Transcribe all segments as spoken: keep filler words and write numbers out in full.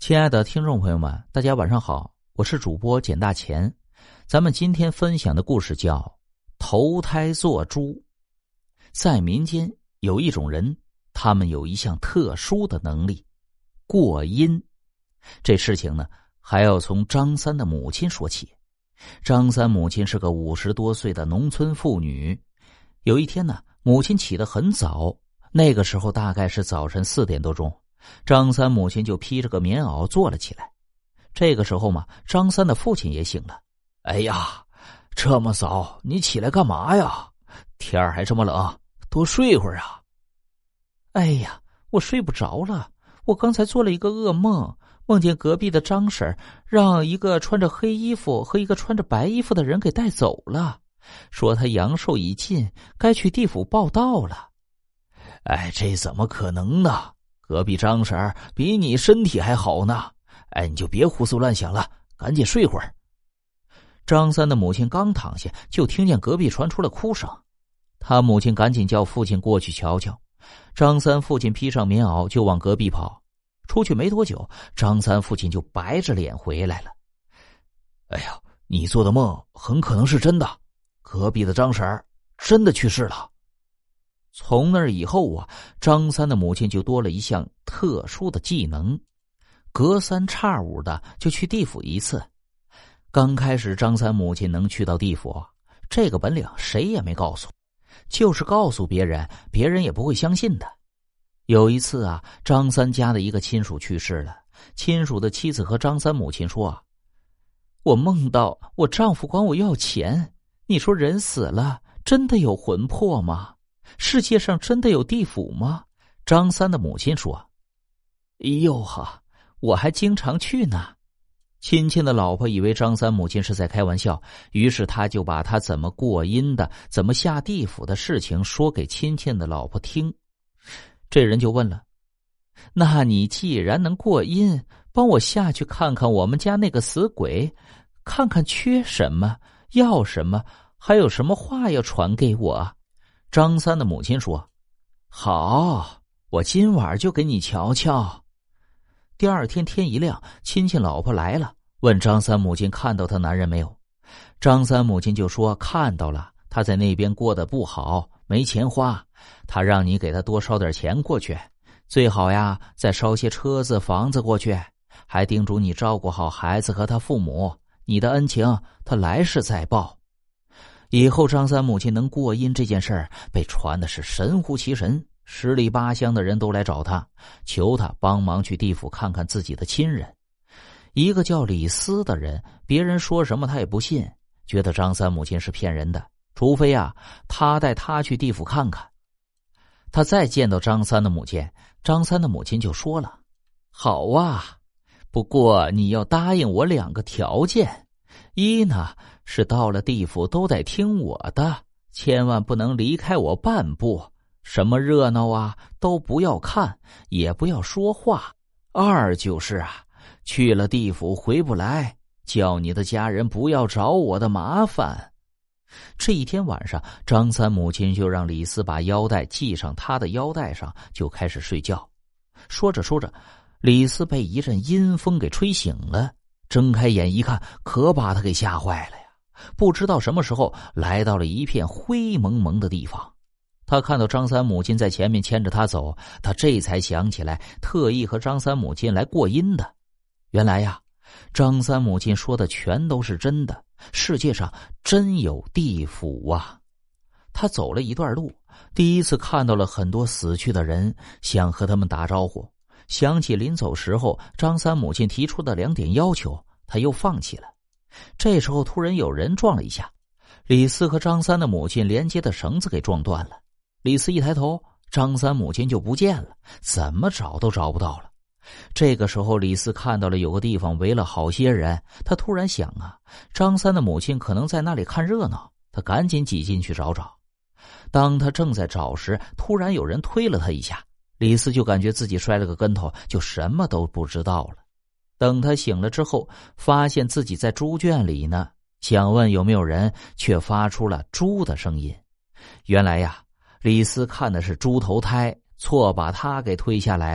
亲爱的听众朋友们，大家晚上好，我是主播简大钱。咱们今天分享的故事叫投胎做猪。在民间有一种人，他们有一项特殊的能力，过阴。这事情呢，还要从张三的母亲说起。张三母亲是个五十多岁的农村妇女。有一天呢，母亲起得很早，那个时候大概是早晨四点多钟，张三母亲就披着个棉袄坐了起来。这个时候嘛，张三的父亲也醒了。哎呀，这么早你起来干嘛呀？天儿还这么冷，多睡会儿啊。哎呀，我睡不着了，我刚才做了一个噩梦，梦见隔壁的张婶让一个穿着黑衣服和一个穿着白衣服的人给带走了，说他阳寿已尽，该去地府报到了。哎，这怎么可能呢？隔壁张婶比你身体还好呢。哎，你就别胡思乱想了，赶紧睡会儿。张三的母亲刚躺下，就听见隔壁传出了哭声。他母亲赶紧叫父亲过去瞧瞧。张三父亲披上棉袄就往隔壁跑。出去没多久，张三父亲就白着脸回来了。哎呀，你做的梦很可能是真的，隔壁的张婶真的去世了。从那以后啊，张三的母亲就多了一项特殊的技能，隔三差五的就去地府一次。刚开始张三母亲能去到地府，这个本领谁也没告诉，就是告诉别人，别人也不会相信的。有一次啊，张三家的一个亲属去世了，亲属的妻子和张三母亲说，我梦到我丈夫管我要钱，你说人死了真的有魂魄吗？世界上真的有地府吗？张三的母亲说，哎呦哈，我还经常去呢。亲戚的老婆以为张三母亲是在开玩笑，于是他就把他怎么过阴的，怎么下地府的事情说给亲戚的老婆听。这人就问了，那你既然能过阴，帮我下去看看我们家那个死鬼，看看缺什么，要什么，还有什么话要传给我。张三的母亲说，好，我今晚就给你瞧瞧。第二天天一亮，亲戚老婆来了，问张三母亲看到他男人没有。张三母亲就说看到了，他在那边过得不好，没钱花，他让你给他多烧点钱过去，最好呀再烧些车子房子过去，还叮嘱你照顾好孩子和他父母，你的恩情他来世再报。以后张三母亲能过阴这件事儿被传的是神乎其神，十里八乡的人都来找他，求他帮忙去地府看看自己的亲人。一个叫李斯的人，别人说什么他也不信，觉得张三母亲是骗人的，除非啊他带他去地府看看。他再见到张三的母亲，张三的母亲就说了，好啊，不过你要答应我两个条件。一呢，是到了地府都得听我的，千万不能离开我半步，什么热闹啊都不要看，也不要说话。二就是啊，去了地府回不来，叫你的家人不要找我的麻烦。这一天晚上，张三母亲就让李四把腰带系上他的腰带上，就开始睡觉。说着说着，李四被一阵阴风给吹醒了，睁开眼一看，可把他给吓坏了呀！不知道什么时候来到了一片灰蒙蒙的地方。他看到张三母亲在前面牵着他走，他这才想起来特意和张三母亲来过阴的。原来呀，张三母亲说的全都是真的，世界上真有地府啊！他走了一段路，第一次看到了很多死去的人，想和他们打招呼，想起临走时候张三母亲提出的两点要求，他又放弃了。这时候突然有人撞了一下，李四和张三的母亲连接的绳子给撞断了。李四一抬头，张三母亲就不见了，怎么找都找不到了。这个时候李四看到了有个地方围了好些人，他突然想啊，张三的母亲可能在那里看热闹，他赶紧挤进去找找。当他正在找时，突然有人推了他一下，李四就感觉自己摔了个跟头，就什么都不知道了。等他醒了之后，发现自己在猪圈里呢，想问有没有人，却发出了猪的声音。原来呀，李斯看的是猪头胎，错把他给推下来了。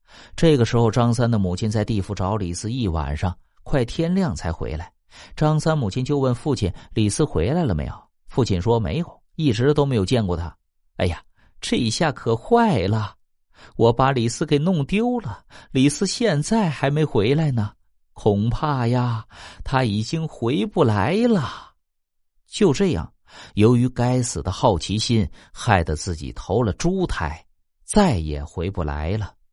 这个时候，张三的母亲在地府找李四一晚上，快天亮才回来。张三母亲就问父亲：“李四回来了没有？”父亲说：“没有，一直都没有见过他。”哎呀，这一下可坏了，我把李四给弄丢了，李四现在还没回来呢，恐怕呀，他已经回不来了。就这样，由于该死的好奇心，害得自己投了猪胎，再也回不来了。